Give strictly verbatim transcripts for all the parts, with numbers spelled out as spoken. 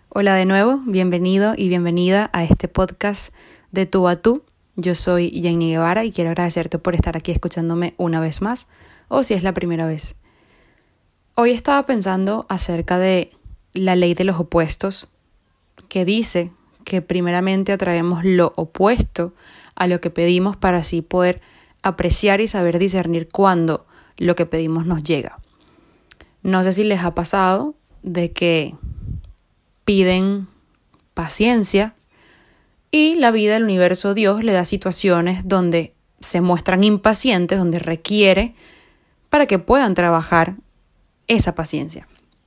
Hola de nuevo, bienvenido y bienvenida a este podcast de Tú a Tú. Yo soy Jenny Guevara y quiero agradecerte por estar aquí escuchándome una vez más, o si es la primera vez. Hoy estaba pensando acerca de la ley de los opuestos, que dice que primeramente atraemos lo opuesto a lo que pedimos para así poder apreciar y saber discernir cuándo lo que pedimos nos llega. No sé si les ha pasado de que piden paciencia y la vida, el universo, Dios le da situaciones donde se muestran impacientes, donde requiere para que puedan trabajar esa paciencia.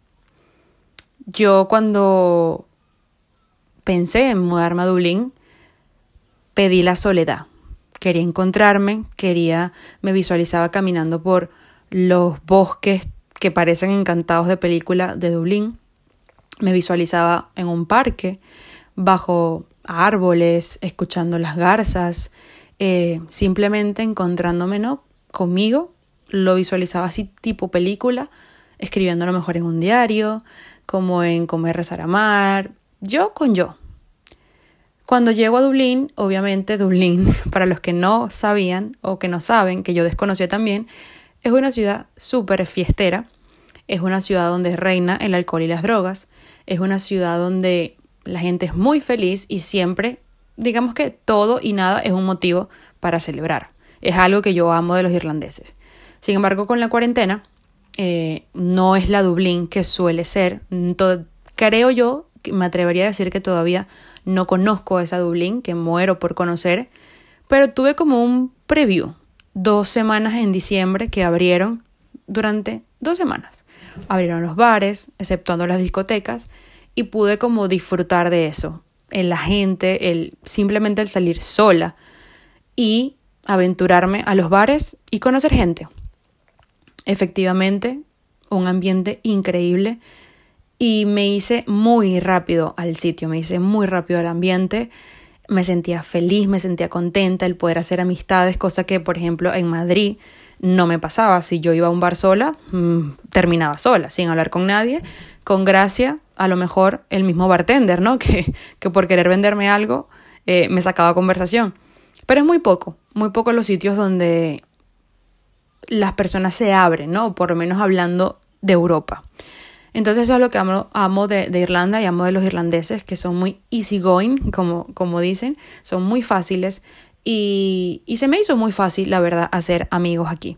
Yo cuando pensé en mudarme a Dublín, pedí la soledad. Quería encontrarme, quería, me visualizaba caminando por los bosques que parecen encantados de película de Dublín. Me visualizaba en un parque, bajo árboles, escuchando las garzas, eh, simplemente encontrándome, ¿no?, conmigo. Lo visualizaba así tipo película, escribiendo a lo mejor en un diario, como en Comer, Rezar, Amar, yo con yo. Cuando llego a Dublín, obviamente Dublín, para los que no sabían o que no saben, que yo desconocía también, es una ciudad súper fiestera, es una ciudad donde reina el alcohol y las drogas, es una ciudad donde la gente es muy feliz y siempre, digamos que todo y nada es un motivo para celebrar. Es algo que yo amo de los irlandeses. Sin embargo, con la cuarentena, eh, no es la Dublín que suele ser. Todo, creo yo, me atrevería a decir que todavía no conozco esa Dublín, que muero por conocer, pero tuve como un preview. Dos semanas en diciembre que abrieron durante dos semanas. Abrieron los bares, exceptuando las discotecas, y pude como disfrutar de eso. En la gente, el, simplemente el salir sola y aventurarme a los bares y conocer gente. Efectivamente, un ambiente increíble y me hice muy rápido al sitio, me hice muy rápido al ambiente. Me sentía feliz, me sentía contenta, el poder hacer amistades, cosa que, por ejemplo, en Madrid no me pasaba. Si yo iba a un bar sola, mmm, terminaba sola, sin hablar con nadie. Con gracia, a lo mejor el mismo bartender, ¿no? Que, que por querer venderme algo eh, me sacaba conversación. Pero es muy poco, muy poco los sitios donde las personas se abren, ¿no? Por lo menos hablando de Europa. Entonces eso es lo que amo, amo de, de Irlanda y amo de los irlandeses, que son muy easygoing, como, como dicen, son muy fáciles y, y se me hizo muy fácil, la verdad, hacer amigos aquí.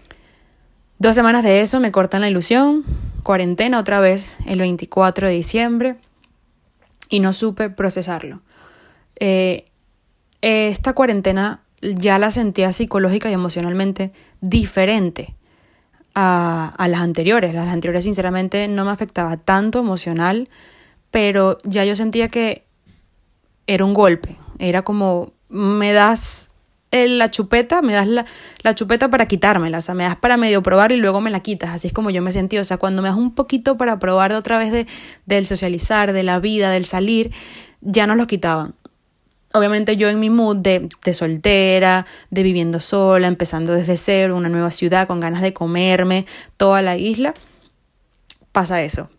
Dos semanas de eso me cortan la ilusión, cuarentena otra vez el veinticuatro de diciembre y no supe procesarlo. Eh, esta cuarentena ya la sentía psicológica y emocionalmente diferente A, a las anteriores. Las anteriores sinceramente no me afectaba tanto emocional, pero ya yo sentía que era un golpe, era como me das el, la chupeta, me das la, la chupeta para quitármela, o sea, me das para medio probar y luego me la quitas, así es como yo me sentí, o sea, cuando me das un poquito para probar de otra vez de, del socializar, de la vida, del salir, ya nos lo quitaban. Obviamente yo en mi mood de, de soltera, de viviendo sola, empezando desde cero, una nueva ciudad, con ganas de comerme toda la isla, pasa eso.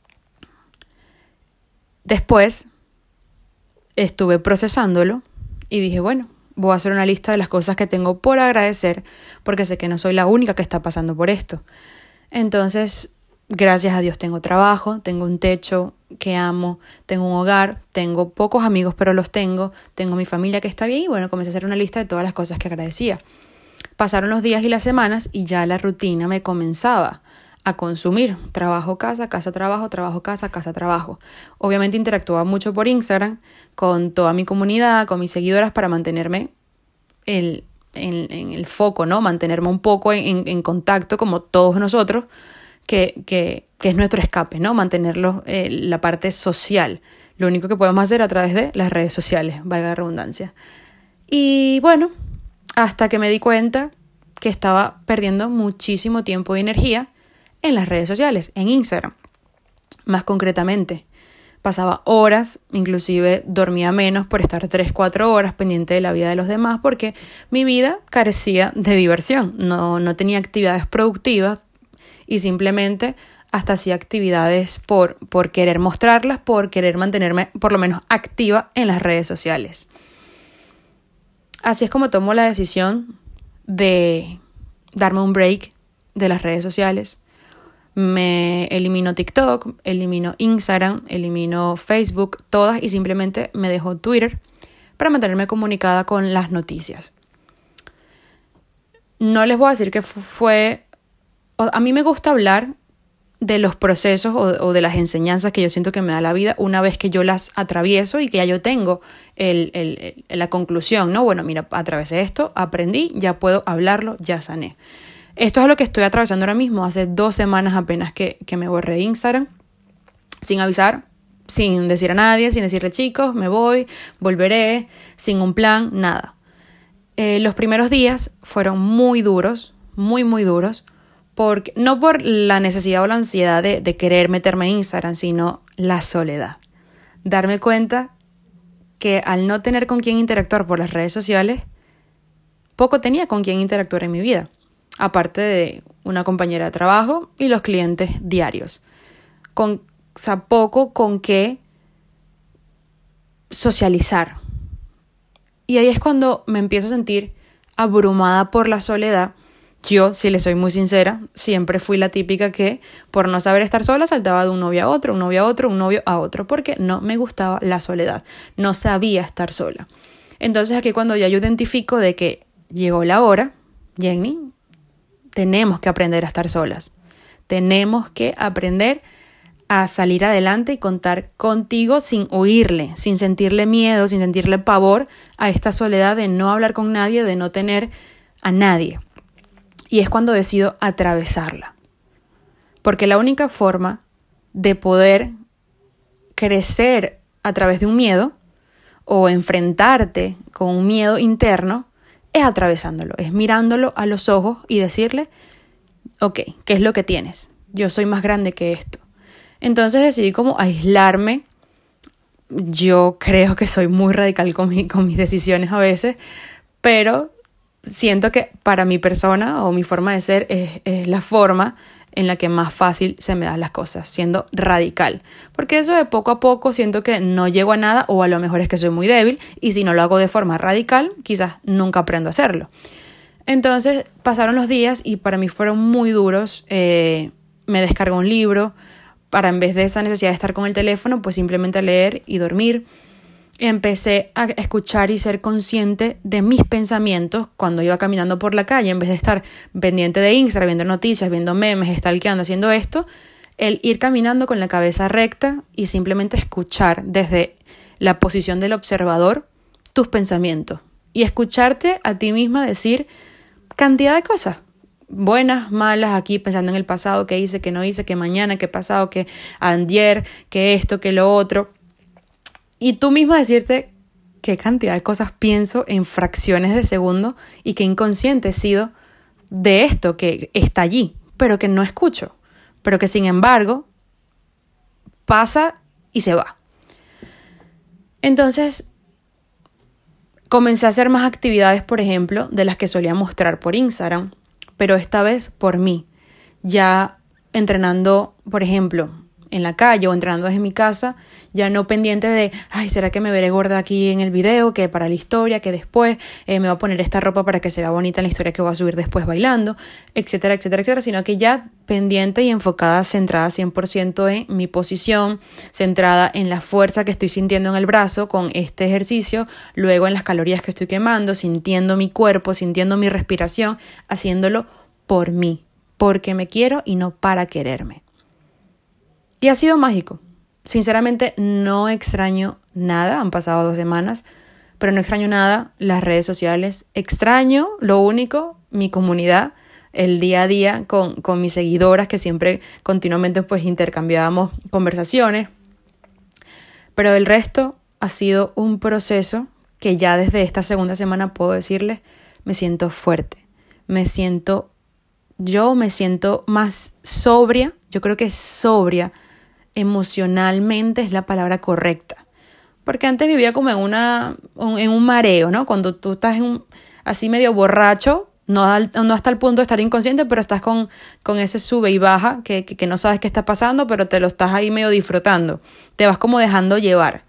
Después estuve procesándolo y dije, bueno, voy a hacer una lista de las cosas que tengo por agradecer, porque sé que no soy la única que está pasando por esto. Entonces, gracias a Dios tengo trabajo, tengo un techo que amo, tengo un hogar, tengo pocos amigos pero los tengo, tengo mi familia que está bien y bueno, comencé a hacer una lista de todas las cosas que agradecía. Pasaron los días y las semanas y ya la rutina me comenzaba a consumir. Trabajo, casa, casa, trabajo, trabajo, casa, casa, trabajo. Obviamente interactuaba mucho por Instagram con toda mi comunidad, con mis seguidoras para mantenerme el, en, en el foco, ¿no? Mantenerme un poco en, en, en contacto como todos nosotros. Que, que, que es nuestro escape, ¿no? Mantenerlo, eh, la parte social. Lo único que podemos hacer a través de las redes sociales, valga la redundancia. Y bueno, hasta que me di cuenta que estaba perdiendo muchísimo tiempo y energía en las redes sociales, en Instagram. Más concretamente, pasaba horas, inclusive dormía menos por estar tres, cuatro horas pendiente de la vida de los demás, porque mi vida carecía de diversión. No, no tenía actividades productivas y simplemente hasta hacía actividades por, por querer mostrarlas, por querer mantenerme por lo menos activa en las redes sociales. Así es como tomo la decisión de darme un break de las redes sociales. Me elimino TikTok, elimino Instagram, elimino Facebook, todas, y simplemente me dejo Twitter para mantenerme comunicada con las noticias. No les voy a decir que fue... A mí me gusta hablar de los procesos o, o de las enseñanzas que yo siento que me da la vida una vez que yo las atravieso y que ya yo tengo el, el, el, la conclusión, ¿no? Bueno, mira, atravesé esto, aprendí, ya puedo hablarlo, ya sané. Esto es lo que estoy atravesando ahora mismo. Hace dos semanas apenas que, que me borré de Instagram, sin avisar, sin decir a nadie, sin decirle chicos, me voy, volveré, sin un plan, nada. Eh, los primeros días fueron muy duros, muy, muy duros, porque, no por la necesidad o la ansiedad de, de querer meterme en Instagram, sino la soledad. Darme cuenta que al no tener con quién interactuar por las redes sociales, poco tenía con quién interactuar en mi vida, aparte de una compañera de trabajo y los clientes diarios. Con, o sea, poco con qué socializar. Y ahí es cuando me empiezo a sentir abrumada por la soledad. Yo, si les soy muy sincera, siempre fui la típica que por no saber estar sola saltaba de un novio a otro, un novio a otro, un novio a otro, porque no me gustaba la soledad, no sabía estar sola. Entonces aquí cuando ya yo identifico de que llegó la hora, Jenny, tenemos que aprender a estar solas, tenemos que aprender a salir adelante y contar contigo sin huirle, sin sentirle miedo, sin sentirle pavor a esta soledad de no hablar con nadie, de no tener a nadie. Y es cuando decido atravesarla. Porque la única forma de poder crecer a través de un miedo o enfrentarte con un miedo interno es atravesándolo, es mirándolo a los ojos y decirle, ok, ¿qué es lo que tienes? Yo soy más grande que esto. Entonces decidí como aislarme. Yo creo que soy muy radical con, mi, con mis decisiones a veces, pero siento que para mi persona o mi forma de ser es, es la forma en la que más fácil se me dan las cosas, siendo radical. Porque eso de poco a poco siento que no llego a nada, o a lo mejor es que soy muy débil y si no lo hago de forma radical, quizás nunca aprendo a hacerlo. Entonces pasaron los días y para mí fueron muy duros. Eh, me descargo un libro para, en vez de esa necesidad de estar con el teléfono, pues simplemente leer y dormir. Empecé a escuchar y ser consciente de mis pensamientos cuando iba caminando por la calle. En vez de estar pendiente de Instagram, viendo noticias, viendo memes, stalkeando, haciendo esto, el ir caminando con la cabeza recta y simplemente escuchar desde la posición del observador tus pensamientos. Y escucharte a ti misma decir cantidad de cosas. Buenas, malas, aquí pensando en el pasado, qué hice, qué no hice, qué mañana, qué pasado, qué ayer, qué esto, qué lo otro. Y tú misma decirte qué cantidad de cosas pienso en fracciones de segundo y qué inconsciente he sido de esto que está allí, pero que no escucho, pero que sin embargo pasa y se va. Entonces comencé a hacer más actividades, por ejemplo, de las que solía mostrar por Instagram, pero esta vez por mí, ya entrenando, por ejemplo, en la calle o entrenando desde mi casa, ya no pendiente de, ay, ¿será que me veré gorda aquí en el video? Que para la historia, que después eh, me voy a poner esta ropa para que se vea bonita en la historia que voy a subir después bailando, etcétera, etcétera, etcétera, sino que ya pendiente y enfocada, centrada cien por ciento en mi posición, centrada en la fuerza que estoy sintiendo en el brazo con este ejercicio, luego en las calorías que estoy quemando, sintiendo mi cuerpo, sintiendo mi respiración, haciéndolo por mí, porque me quiero y no para quererme. Y ha sido mágico. Sinceramente no extraño nada, han pasado dos semanas, pero no extraño nada las redes sociales. Extraño, lo único, mi comunidad, el día a día con, con mis seguidoras que siempre continuamente pues intercambiábamos conversaciones. Pero el resto ha sido un proceso que ya desde esta segunda semana puedo decirles, me siento fuerte, me siento, yo me siento más sobria, yo creo que sobria, emocionalmente es la palabra correcta, porque antes vivía como en una un, en un mareo, ¿no? Cuando tú estás en un, así medio borracho, No, al, no hasta el punto de estar inconsciente, pero estás con, con ese sube y baja que, que, que no sabes qué está pasando, pero te lo estás ahí medio disfrutando. Te vas como dejando llevar.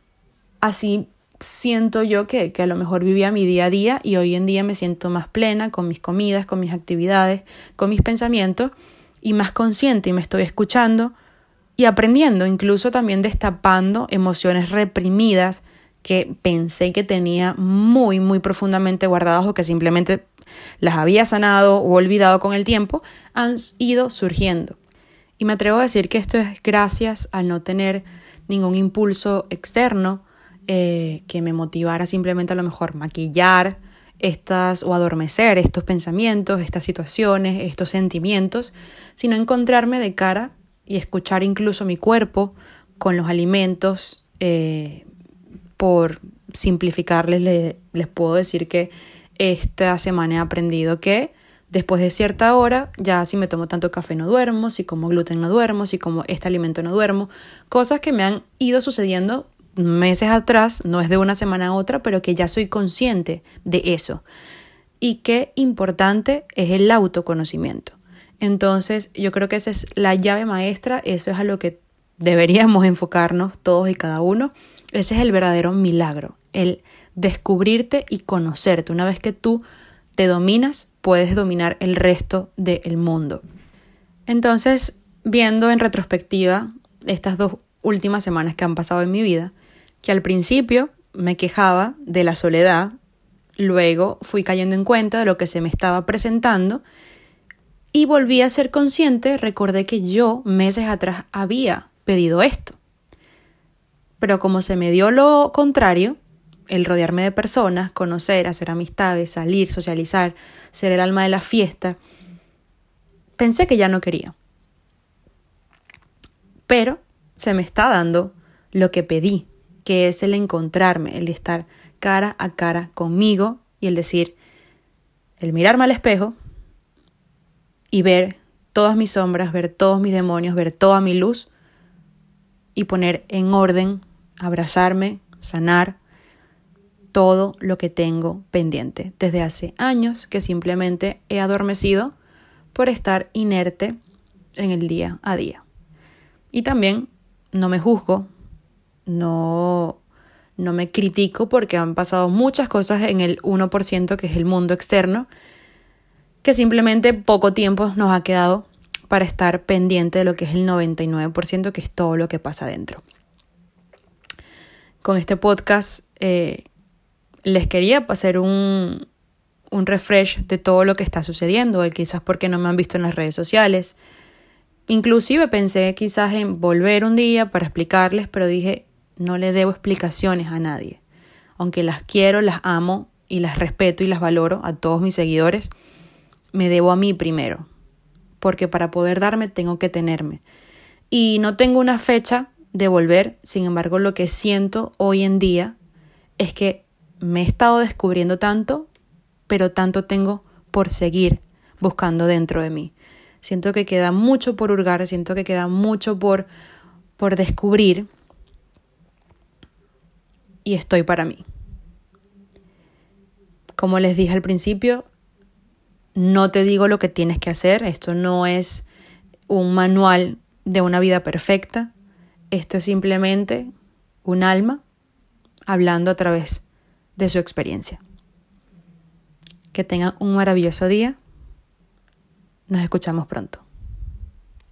Así siento yo que, que a lo mejor vivía mi día a día y hoy en día me siento más plena con mis comidas, con mis actividades, con mis pensamientos y más consciente y me estoy escuchando y aprendiendo, incluso también destapando emociones reprimidas que pensé que tenía muy, muy profundamente guardadas o que simplemente las había sanado o olvidado con el tiempo, han ido surgiendo. Y me atrevo a decir que esto es gracias al no tener ningún impulso externo eh, que me motivara simplemente a lo mejor maquillar estas o adormecer estos pensamientos, estas situaciones, estos sentimientos, sino encontrarme de cara y escuchar incluso mi cuerpo con los alimentos. Eh, por simplificarles, les, les puedo decir que esta semana he aprendido que después de cierta hora, ya si me tomo tanto café no duermo, si como gluten no duermo, si como este alimento no duermo, cosas que me han ido sucediendo meses atrás, no es de una semana a otra, pero que ya soy consciente de eso. Y qué importante es el autoconocimiento. Entonces, yo creo que esa es la llave maestra, eso es a lo que deberíamos enfocarnos todos y cada uno. Ese es el verdadero milagro, el descubrirte y conocerte. Una vez que tú te dominas, puedes dominar el resto del mundo. Entonces, viendo en retrospectiva estas dos últimas semanas que han pasado en mi vida, que al principio me quejaba de la soledad, luego fui cayendo en cuenta de lo que se me estaba presentando y volví a ser consciente, recordé que yo meses atrás había pedido esto. Pero como se me dio lo contrario, el rodearme de personas, conocer, hacer amistades, salir, socializar, ser el alma de la fiesta, pensé que ya no quería. Pero se me está dando lo que pedí, que es el encontrarme, el estar cara a cara conmigo y el decir, el mirarme al espejo y ver todas mis sombras, ver todos mis demonios, ver toda mi luz y poner en orden, abrazarme, sanar todo lo que tengo pendiente desde hace años que simplemente he adormecido por estar inerte en el día a día. Y también no me juzgo, no, no me critico porque han pasado muchas cosas en el uno por ciento que es el mundo externo, que simplemente poco tiempo nos ha quedado para estar pendiente de lo que es el noventa y nueve por ciento, que es todo lo que pasa adentro. Con este podcast eh, les quería hacer un, un refresh de todo lo que está sucediendo, quizás porque no me han visto en las redes sociales. Inclusive pensé quizás en volver un día para explicarles, pero dije, no le debo explicaciones a nadie. Aunque las quiero, las amo y las respeto y las valoro a todos mis seguidores, me debo a mí primero. Porque para poder darme tengo que tenerme. Y no tengo una fecha de volver, sin embargo lo que siento hoy en día es que me he estado descubriendo tanto, pero tanto tengo por seguir buscando dentro de mí. Siento que queda mucho por hurgar, siento que queda mucho por, por descubrir y estoy para mí. Como les dije al principio, no te digo lo que tienes que hacer, esto no es un manual de una vida perfecta. Esto es simplemente un alma hablando a través de su experiencia. Que tengan un maravilloso día. Nos escuchamos pronto.